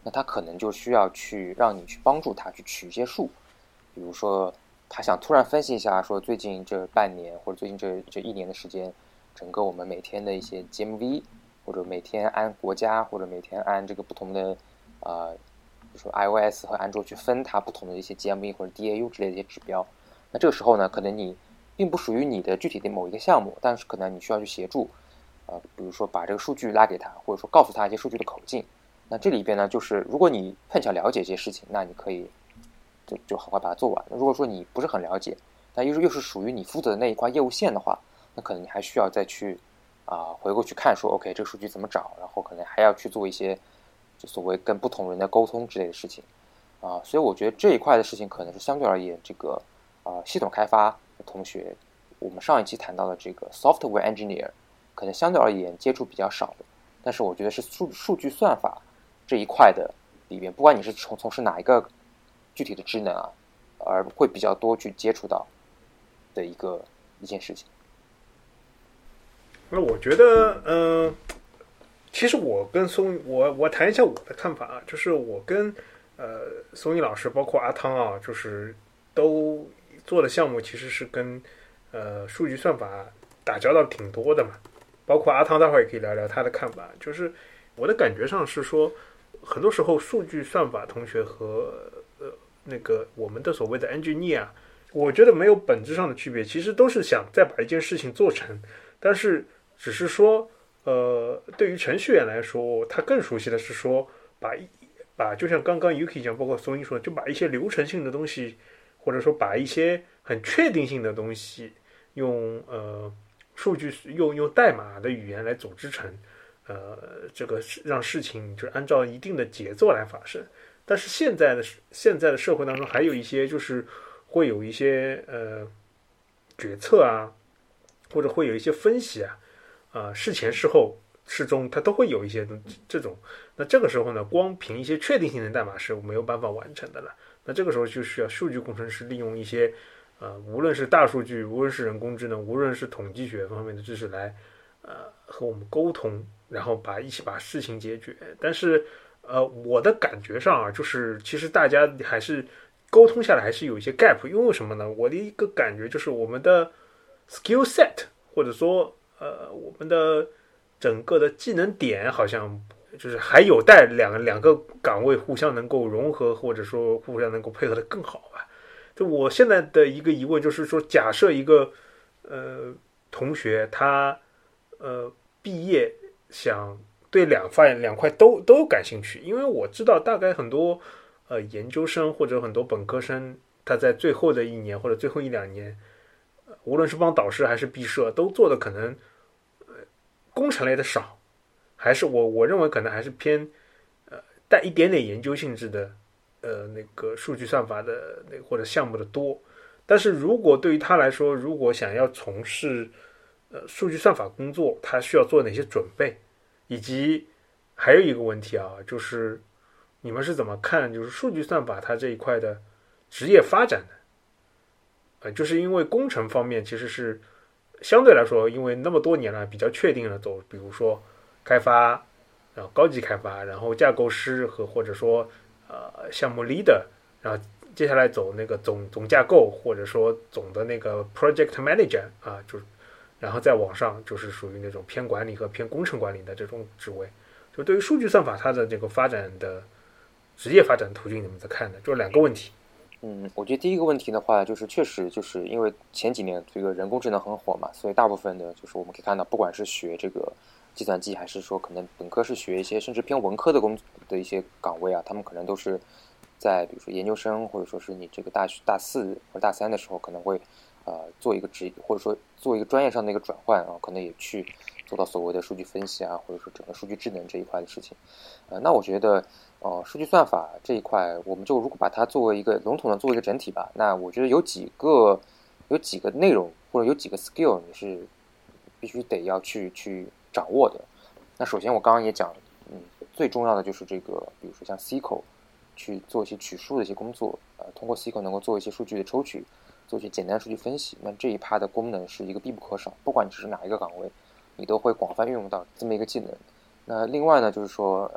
那他可能就需要去让你去帮助他去取一些数，比如说他想突然分析一下，说最近这半年或者最近这这一年的时间，整个我们每天的一些 G M V， 或者每天按国家或者每天按这个不同的呃，比如说 iOS 和安卓去分它不同的一些 G M V 或者 D A U 之类的一些指标。那这个时候呢，可能你并不属于你的具体的某一个项目，但是可能你需要去协助，呃，比如说把这个数据拉给他，或者说告诉他一些数据的口径。那这里边呢，就是如果你碰巧了解这些事情，那你可以就就很快把它做完。如果说你不是很了解，但又是又是属于你负责的那一块业务线的话，那可能你还需要再去啊、呃、回过去看说 OK 这个数据怎么找，然后可能还要去做一些就所谓跟不同人的沟通之类的事情啊、呃。所以我觉得这一块的事情可能是相对而言这个啊、呃、系统开发的同学，我们上一期谈到的这个 software engineer 可能相对而言接触比较少的，但是我觉得是数数据算法这一块的里边，不管你是从从事哪一个具体的职能啊，而会比较多去接触到的一个一件事情。
那我觉得，嗯、呃，其实我跟松，我我谈一下我的看法啊，就是我跟呃松一老师，包括阿汤啊，就是都做的项目其实是跟呃数据算法打交道挺多的嘛。包括阿汤待会儿也可以聊聊他的看法，就是我的感觉上是说，很多时候数据算法同学和呃那个我们的所谓的 engineer， 我觉得没有本质上的区别，其实都是想再把一件事情做成，但是只是说，呃，对于程序员来说，他更熟悉的是说把把就像刚刚 Yuki 讲，包括松一说，就把一些流程性的东西，或者说把一些很确定性的东西，用呃数据用用代码的语言来组织成。呃，这个让事情就按照一定的节奏来发生，但是现在的现在的社会当中，还有一些就是会有一些呃决策啊，或者会有一些分析啊，啊、呃、事前事后事中，它都会有一些这种。那这个时候呢，光凭一些确定性的代码是没有办法完成的了。那这个时候就需要数据工程师利用一些呃，无论是大数据，无论是人工智能，无论是统计学方面的知识来呃和我们沟通。然后把一起把事情解决，但是，呃，我的感觉上啊，就是其实大家还是沟通下来还是有一些 gap， 因为什么呢？我的一个感觉就是我们的 skill set 或者说呃我们的整个的技能点好像就是还有待两个两个岗位互相能够融合，或者说互相能够配合的更好吧。就我现在的一个疑问就是说，假设一个呃同学他呃毕业。想对两块两块都都感兴趣，因为我知道大概很多呃研究生或者很多本科生，他在最后的一年或者最后一两年，呃、无论是帮导师还是毕设，都做的可能呃工程类的少，还是我我认为可能还是偏呃带一点点研究性质的呃那个数据算法的那或者项目的多。但是如果对于他来说，如果想要从事呃，数据算法工作，它需要做哪些准备？以及还有一个问题啊，就是你们是怎么看，就是数据算法它这一块的职业发展的？呃，就是因为工程方面其实是相对来说，因为那么多年了，比较确定了走，比如说开发，然后高级开发，然后架构师和或者说呃项目 leader， 然后接下来走那个总总架构，或者说总的那个 project manager 啊，就是。然后再往上就是属于那种偏管理和偏工程管理的这种职位。就对于数据算法它的这个发展的职业发展途径，你们怎么看呢？就两个问题。
嗯，我觉得第一个问题的话，就是确实就是因为前几年这个人工智能很火嘛，所以大部分的就是我们可以看到，不管是学这个计算机，还是说可能本科是学一些甚至偏文科的工的一些岗位啊，他们可能都是在比如说研究生或者说是你这个大学大四或者大三的时候可能会。呃，做一个职或者说做一个专业上的一个转换啊，可能也去做到所谓的数据分析啊，或者说整个数据智能这一块的事情。呃，那我觉得，呃，数据算法这一块，我们就如果把它作为一个笼统的作为一个整体吧，那我觉得有几个有几个内容或者有几个 skill 你是必须得要去去掌握的。那首先我刚刚也讲，嗯，最重要的就是这个，比如说像 S Q L 去做一些取数的一些工作，呃，通过 S Q L 能够做一些数据的抽取。做一些简单数据分析，那这一趴的功能是一个必不可少，不管你是哪一个岗位，你都会广泛运用到这么一个技能。那另外呢，就是说，呃，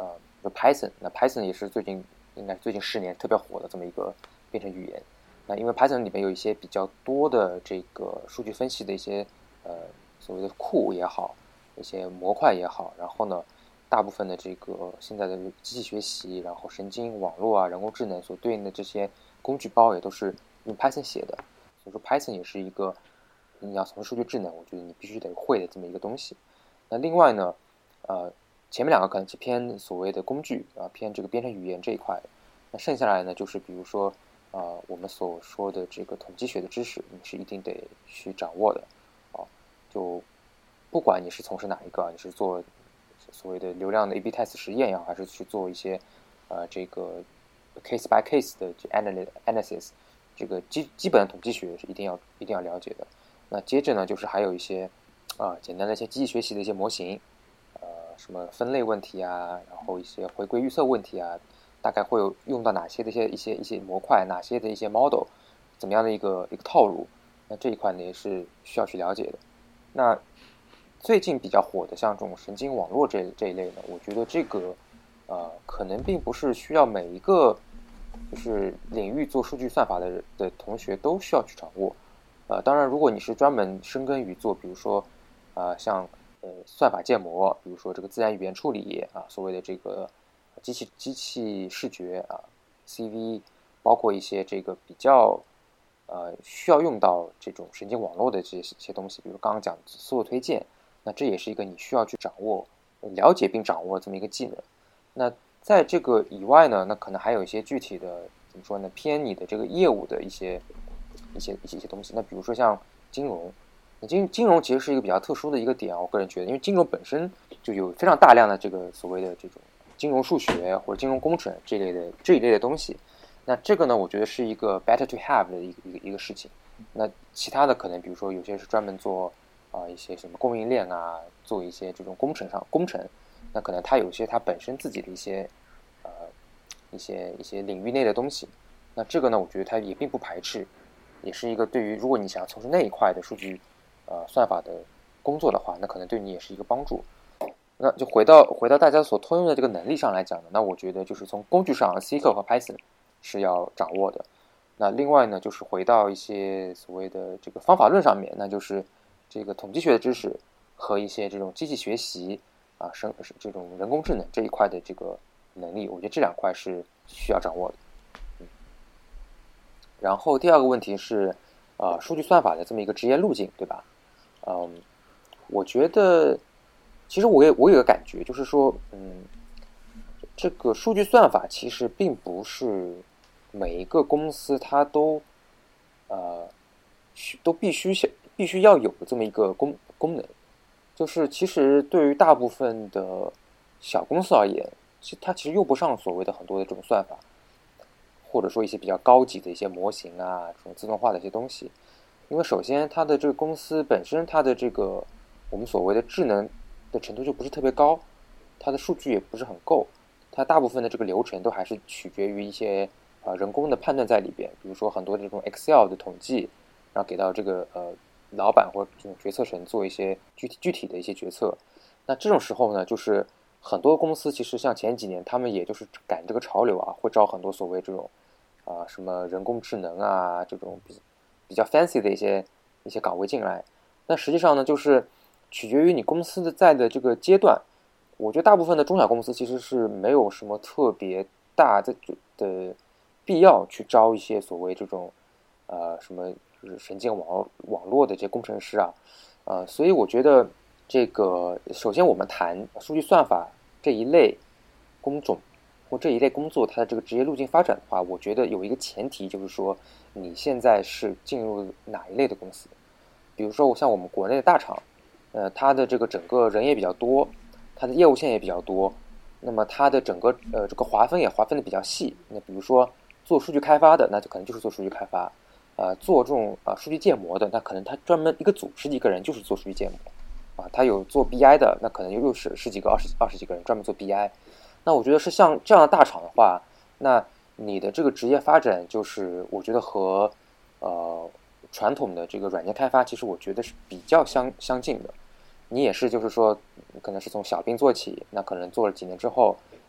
说 Python， 那 Python 也是最近应该最近十年特别火的这么一个编程语言。那因为 Python 里面有一些比较多的这个数据分析的一些呃所谓的库也好，一些模块也好，然后呢，大部分的这个现在的机器学习，然后神经网络啊、人工智能所对应的这些工具包也都是用 Python 写的。所以说 Python 也是一个你要从数据智能，我觉得你必须得会的这么一个东西。那另外呢，呃，前面两个可能是偏所谓的工具啊，偏这个编程语言这一块的。那剩下来呢，就是比如说。呃，我们所说的这个统计学的知识，你是一定得去掌握的，啊，就不管你是从事哪一个，你是做所谓的流量的 A/B test 实验也好，还是去做一些呃这个 case by case 的 analysis， 这个基基本的统计学是一定要一定要了解的。那接着呢，就是还有一些啊、呃、简单的一些机器学习的一些模型，呃，什么分类问题啊，然后一些回归预测问题啊。大概会有用到哪些的一些一些一些模块，哪些的一些 model， 怎么样的一个一个套路？那这一块呢也是需要去了解的。那最近比较火的像这种神经网络这这一类呢，我觉得这个呃可能并不是需要每一个就是领域做数据算法的的同学都需要去掌握。呃，当然如果你是专门深耕于做，比如说啊、呃、像呃算法建模，比如说这个自然语言处理啊，所谓的这个。机器机器视觉啊 ，C V， 包括一些这个比较呃需要用到这种神经网络的这些东西，比如刚刚讲搜索推荐，那这也是一个你需要去掌握、了解并掌握这么一个技能。那在这个以外呢，那可能还有一些具体的怎么说呢，偏你的这个业务的一些一些一些一些东西。那比如说像金融，金金融其实是一个比较特殊的一个点，我个人觉得，因为金融本身就有非常大量的这个所谓的这种。金融数学或者金融工程这一类的这一类的东西，那这个呢，我觉得是一个 better to have 的一个一个一个事情。那其他的可能，比如说有些是专门做啊、呃、一些什么供应链啊，做一些这种工程上工程，那可能它有些它本身自己的一些呃一些一些领域内的东西。那这个呢，我觉得它也并不排斥，也是一个对于如果你想要从事那一块的数据呃算法的工作的话，那可能对你也是一个帮助。那就回到回到大家所通用的这个能力上来讲呢，那我觉得就是从工具上 S Q L 和 Python 是要掌握的。那另外呢，就是回到一些所谓的这个方法论上面，那就是这个统计学的知识和一些这种机器学习啊、生这种人工智能这一块的这个能力，我觉得这两块是需要掌握的。嗯。然后第二个问题是，啊、呃，数据算法的这么一个职业路径，对吧？嗯，我觉得。其实我也我有个感觉，就是说，嗯，这个数据算法其实并不是每一个公司它都，呃，都必须必须要有的这么一个功功能。就是其实对于大部分的小公司而言，其实它其实用不上所谓的很多的这种算法，或者说一些比较高级的一些模型啊，这种自动化的一些东西。因为首先它的这个公司本身它的这个我们所谓的智能的程度就不是特别高，它的数据也不是很够，它大部分的这个流程都还是取决于一些呃人工的判断在里边，比如说很多这种 Excel 的统计，然后给到这个呃老板或者这种决策层做一些具体具体的一些决策。那这种时候呢，就是很多公司其实像前几年他们也就是赶这个潮流啊，会招很多所谓这种啊、呃、什么人工智能啊这种比比较 fancy 的一些一些岗位进来。那实际上呢，就是取决于你公司的在的这个阶段，我觉得大部分的中小公司其实是没有什么特别大的的必要去招一些所谓这种呃什么就是神经网网络的这些工程师啊，呃，所以我觉得这个首先我们谈数据算法这一类工种或这一类工作它的这个职业路径发展的话，我觉得有一个前提就是说你现在是进入哪一类的公司，比如说像我们国内的大厂。呃，它的这个整个人也比较多，它的业务线也比较多，那么它的整个呃这个划分也划分的比较细。那比如说做数据开发的，那就可能就是做数据开发；呃，做这种啊、呃、数据建模的，那可能它专门一个组十几个人就是做数据建模啊。它有做 B I 的，那可能又是十几个、二十二十几个人专门做 B I。那我觉得是像这样的大厂的话，那你的这个职业发展就是我觉得和呃传统的这个软件开发，其实我觉得是比较相相近的。你也是，就是说，可能是从小兵做起，那可能做了几年之后，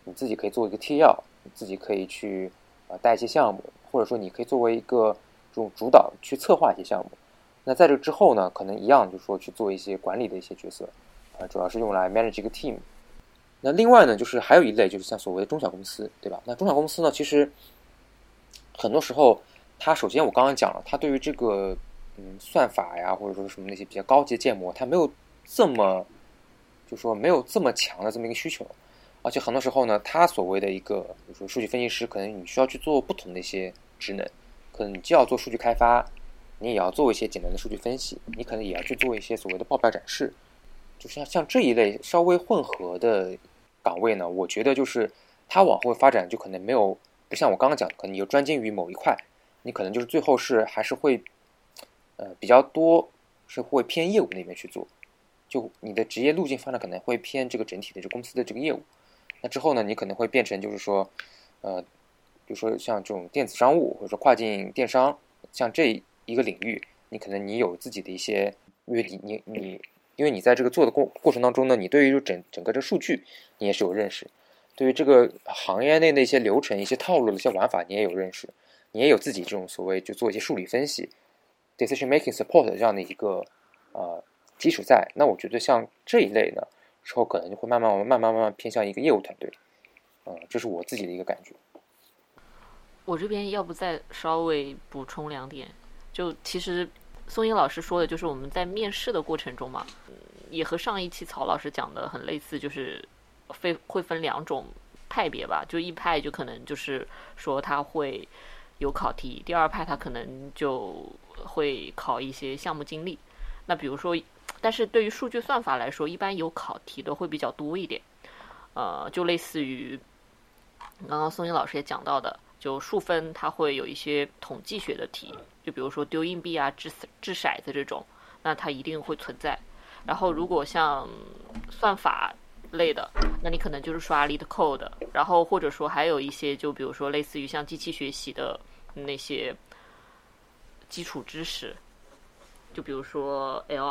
你自己可以做一个贴要，你自己可以去啊带一些项目，或者说你可以作为一个这种主导去策划一些项目。那在这之后呢，可能一样就是说去做一些管理的一些角色，啊，主要是用来 manage 一个 team。那另外呢，就是还有一类就是像所谓的中小公司，对吧？那中小公司呢，其实很多时候它首先我刚刚讲了，它对于这个嗯算法呀，或者说什么那些比较高级的建模，它没有这么就说没有这么强的这么一个需求。而且很多时候呢，它所谓的一个比如说数据分析师，可能你需要去做不同的一些职能，可能你既要做数据开发，你也要做一些简单的数据分析，你可能也要去做一些所谓的报表展示。就像像这一类稍微混合的岗位呢，我觉得就是它往后发展就可能没有不像我刚刚讲的，可能你就专精于某一块，你可能就是最后是还是会呃比较多是会偏业务那边去做，就你的职业路径发展可能会偏这个整体的这公司的这个业务。那之后呢，你可能会变成就是说呃比如说像这种电子商务或者说跨境电商，像这一个领域，你可能你有自己的一些，因为你你你因为你在这个做的过过程当中呢，你对于整整个这数据你也是有认识，对于这个行业内的一些流程、一些套路的一些玩法你也有认识，你也有自己这种所谓就做一些数理分析 decision making support 这样的一个呃基础在。那我觉得像这一类呢之后可能就会慢慢慢慢慢慢偏向一个业务团队，嗯，这是我自己的一个感觉。
我这边要不再稍微补充两点，就其实松英老师说的就是我们在面试的过程中嘛，也和上一期曹老师讲的很类似，就是会会分两种派别吧。就一派就可能就是说他会有考题，第二派他可能就会考一些项目经历。那比如说，但是对于数据算法来说，一般有考题的会比较多一点，呃，就类似于刚刚松英老师也讲到的，就数分它会有一些统计学的题，就比如说丢硬币啊、掷掷骰子这种，那它一定会存在。然后如果像算法类的，那你可能就是刷 lead code， 然后或者说还有一些就比如说类似于像机器学习的那些基础知识，就比如说 L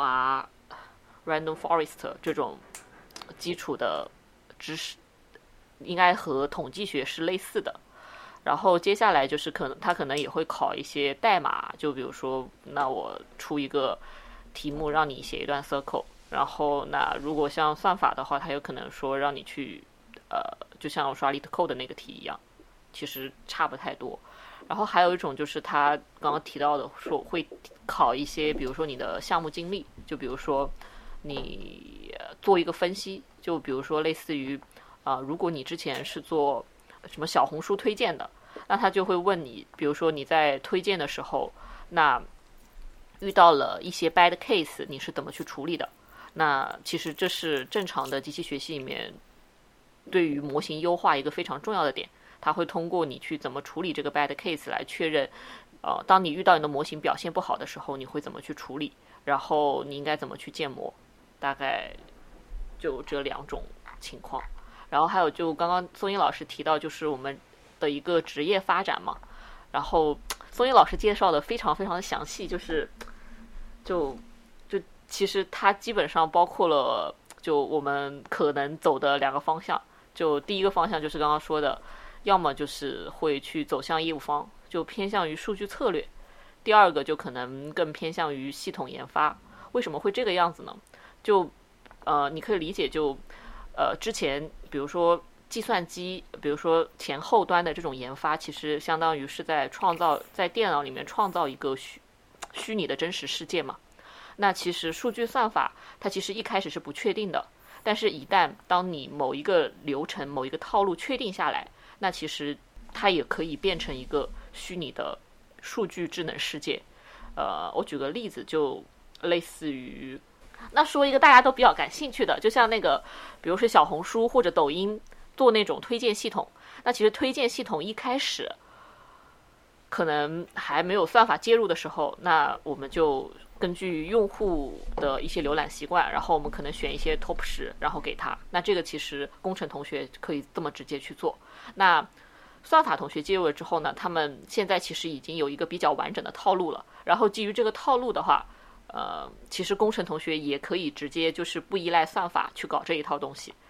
R、Random Forest 这种基础的知识，应该和统计学是类似的。然后接下来就是可能他可能也会考一些代码，就比如说那我出一个题目让你写一段 circle， 然后那如果像算法的话，他有可能说让你去呃就像我刷 lead code 的那个题一样，其实差不太多。然后还有一种就是他刚刚提到的，说会考一些比如说你的项目经历，就比如说你做一个分析，就比如说类似于啊、呃，如果你之前是做什么小红书推荐的，那他就会问你，比如说你在推荐的时候，那遇到了一些 bad case， 你是怎么去处理的？那其实这是正常的机器学习里面对于模型优化一个非常重要的点，它会通过你去怎么处理这个 bad case 来确认，呃，当你遇到你的模型表现不好的时候，你会怎么去处理，然后你应该怎么去建模，大概就这两种情况。然后还有就刚刚松英老师提到就是我们的一个职业发展嘛，然后松英老师介绍的非常非常的详细，就是就就其实它基本上包括了就我们可能走的两个方向。就第一个方向就是刚刚说的，要么就是会去走向业务方，就偏向于数据策略；第二个就可能更偏向于系统研发。为什么会这个样子呢？就呃，你可以理解就呃，之前比如说计算机，比如说前后端的这种研发，其实相当于是在创造在电脑里面创造一个虚虚拟的真实世界嘛。那其实数据算法它其实一开始是不确定的，但是一旦当你某一个流程某一个套路确定下来，那其实它也可以变成一个虚拟的数据智能世界。呃，我举个例子，就类似于那说一个大家都比较感兴趣的，就像那个比如说小红书或者抖音做那种推荐系统，那其实推荐系统一开始可能还没有算法介入的时候，那我们就根据用户的一些浏览习惯，然后我们可能选一些 top 十，然后给他。那这个其实工程同学可以这么直接去做。那算法同学介入了之后呢，他们现在其实已经有一个比较完整的套路了。然后基于这个套路的话，呃，其实工程同学也可以直接就是不依赖算法去搞这一套东西。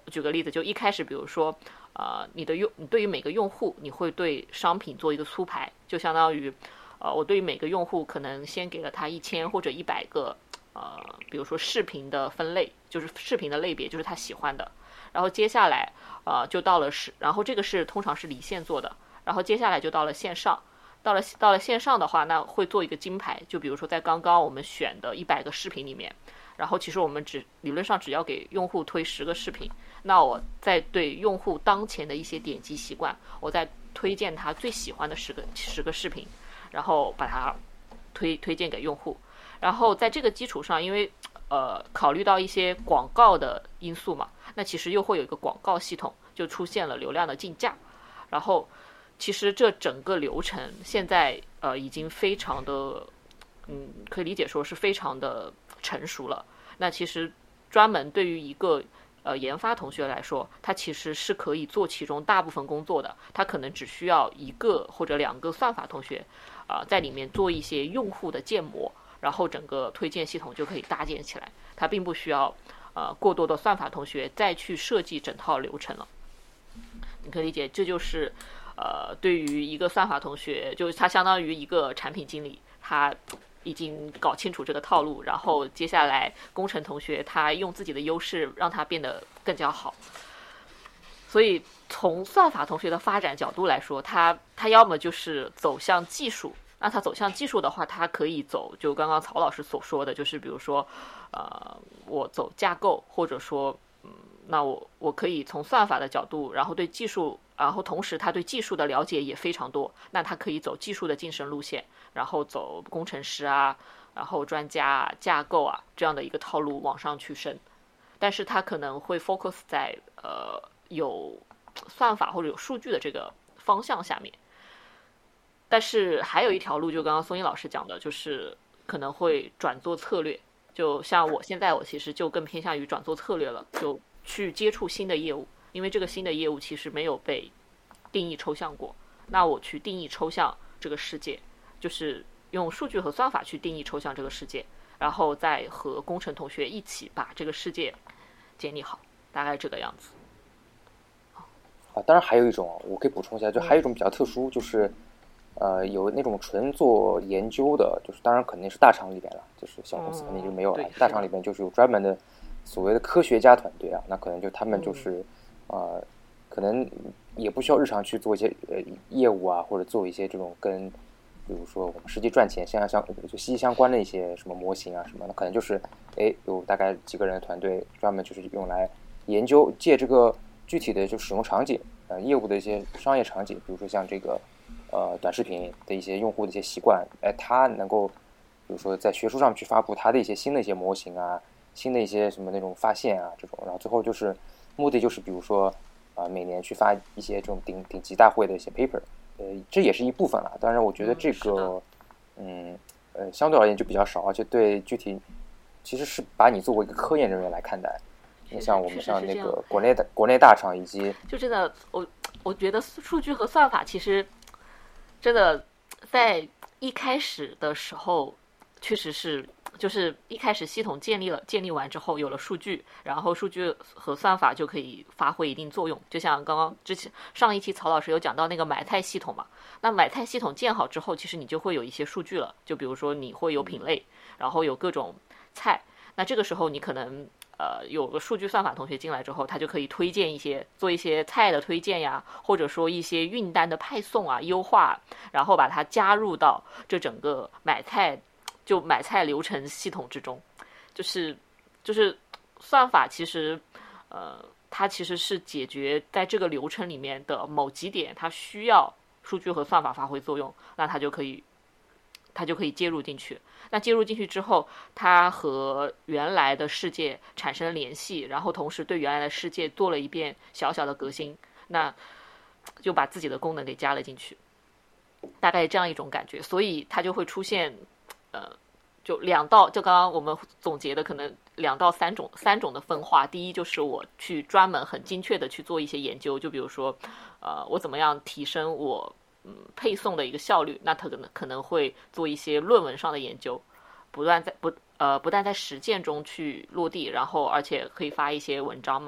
举个例子，就一开始比如说呃你的用你对于每个用户你会对商品做一个粗排，就相当于呃我对于每个用户可能先给了他一千或者一百个呃比如说视频的分类，就是视频的类别就是他喜欢的，然后接下来呃就到了是然后这个是通常是离线做的，然后接下来就到了线上。到了到了线上的话，那会做一个金牌，就比如说在刚刚我们选的一百个视频里面，然后其实我们只理论上只要给用户推十个视频，那我再对用户当前的一些点击习惯，我再推荐他最喜欢的十个十个视频，然后把它推推荐给用户，然后在这个基础上，因为呃考虑到一些广告的因素嘛，那其实又会有一个广告系统，就出现了流量的竞价，然后。其实这整个流程现在呃已经非常的，嗯，可以理解说是非常的成熟了。那其实专门对于一个呃研发同学来说，他其实是可以做其中大部分工作的。他可能只需要一个或者两个算法同学啊、呃、在里面做一些用户的建模，然后整个推荐系统就可以搭建起来。他并不需要呃过多的算法同学再去设计整套流程了。你可以理解，这就是呃，对于一个算法同学，就是他相当于一个产品经理，他已经搞清楚这个套路，然后接下来工程同学他用自己的优势让他变得更加好。所以从算法同学的发展角度来说，他他要么就是走向技术，那他走向技术的话，他可以走就刚刚曹老师所说的，就是比如说，呃，我走架构，或者说，嗯，那我我可以从算法的角度，然后对技术。然后同时他对技术的了解也非常多，那他可以走技术的晋升路线，然后走工程师啊，然后专家啊、架构啊这样的一个套路往上去升。但是他可能会 focus 在呃有算法或者有数据的这个方向下面。但是还有一条路，就刚刚松英老师讲的，就是可能会转做策略。就像我现在，我其实就更偏向于转做策略了，就去接触新的业务。因为这个新的业务其实没有被定义抽象过，那我去定义抽象这个世界，就是用数据和算法去定义抽象这个世界，然后再和工程同学一起把这个世界建立好，大概这个样子。
啊，当然还有一种，我可以补充一下，就还有一种比较特殊，就是呃有那种纯做研究的，就是当然肯定是大厂里边了，就是小公司肯定就没有了，
嗯、
大厂里边就是有专门的所谓的科学家团队啊，那可能就他们就是。嗯呃，可能也不需要日常去做一些呃业务啊，或者做一些这种跟，比如说我们实际赚钱相相就息息相关的一些什么模型啊什么的，可能就是哎有大概几个人的团队专门就是用来研究，借这个具体的就使用场景，呃业务的一些商业场景，比如说像这个呃短视频的一些用户的一些习惯，哎，他能够比如说在学术上去发布他的一些新的一些模型啊，新的一些什么那种发现啊这种，然后最后就是。目的就是，比如说，啊、呃，每年去发一些这种顶顶级大会的一些 paper， 呃，这也是一部分了。当然，我觉得这个，嗯，呃，相对而言就比较少，而且对具体，其实是把你作为一个科研人员来看待。你像我们像那个国内的国内大厂以及，
就真的，我我觉得数据和算法其实真的在一开始的时候，确实是。就是一开始系统建立了建立完之后有了数据，然后数据和算法就可以发挥一定作用。就像刚刚之前上一期曹老师有讲到那个买菜系统嘛，那买菜系统建好之后，其实你就会有一些数据了。就比如说你会有品类，然后有各种菜，那这个时候你可能呃有个数据算法同学进来之后，他就可以推荐一些做一些菜的推荐呀，或者说一些运单的派送啊优化，然后把它加入到这整个买菜。就买菜流程系统之中，就是就是算法其实呃它其实是解决在这个流程里面的某几点，它需要数据和算法发挥作用，那它就可以它就可以介入进去。那介入进去之后，它和原来的世界产生联系，然后同时对原来的世界做了一遍小小的革新，那就把自己的功能给加了进去，大概这样一种感觉。所以它就会出现呃，就两到，就刚刚我们总结的可能两到三种三种的分化。第一就是我去专门很精确的去做一些研究，就比如说，呃，我怎么样提升我嗯配送的一个效率，那它可能可能会做一些论文上的研究，不断在不呃不但在实践中去落地，然后而且可以发一些文章嘛。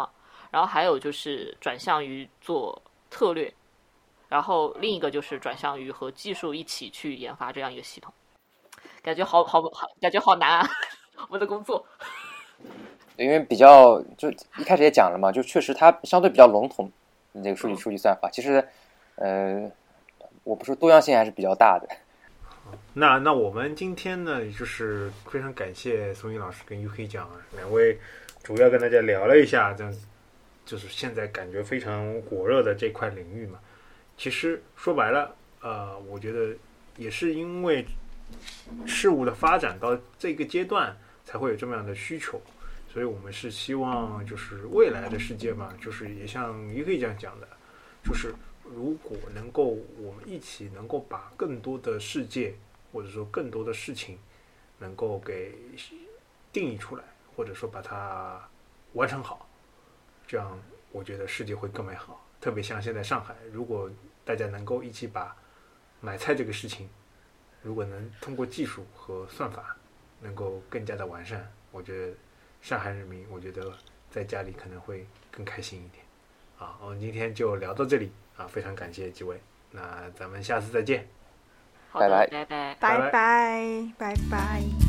然后还有就是转向于做策略，然后另一个就是转向于和技术一起去研发这样一个系统。感觉好好好，感觉好难啊！我们的工作，
因为比较就一开始也讲了嘛，就确实它相对比较笼统，你这个数据数据算法，其实呃，我不说多样性还是比较大的。
那那我们今天呢，就是非常感谢松英老师跟 U K 讲两位，主要跟大家聊了一下，这样就是现在感觉非常火热的这块领域嘛。其实说白了，呃，我觉得也是因为事物的发展到这个阶段，才会有这么样的需求。所以我们是希望，就是未来的世界嘛，就是也像 U K 这样讲的，就是如果能够我们一起能够把更多的世界或者说更多的事情能够给定义出来，或者说把它完成好，这样我觉得世界会更美好。特别像现在上海，如果大家能够一起把买菜这个事情，如果能通过技术和算法能够更加的完善，我觉得上海人民我觉得在家里可能会更开心一点。啊，我们今天就聊到这里啊，非常感谢几位，那咱们下次再见，
好的，
拜拜
拜拜。
拜拜拜拜。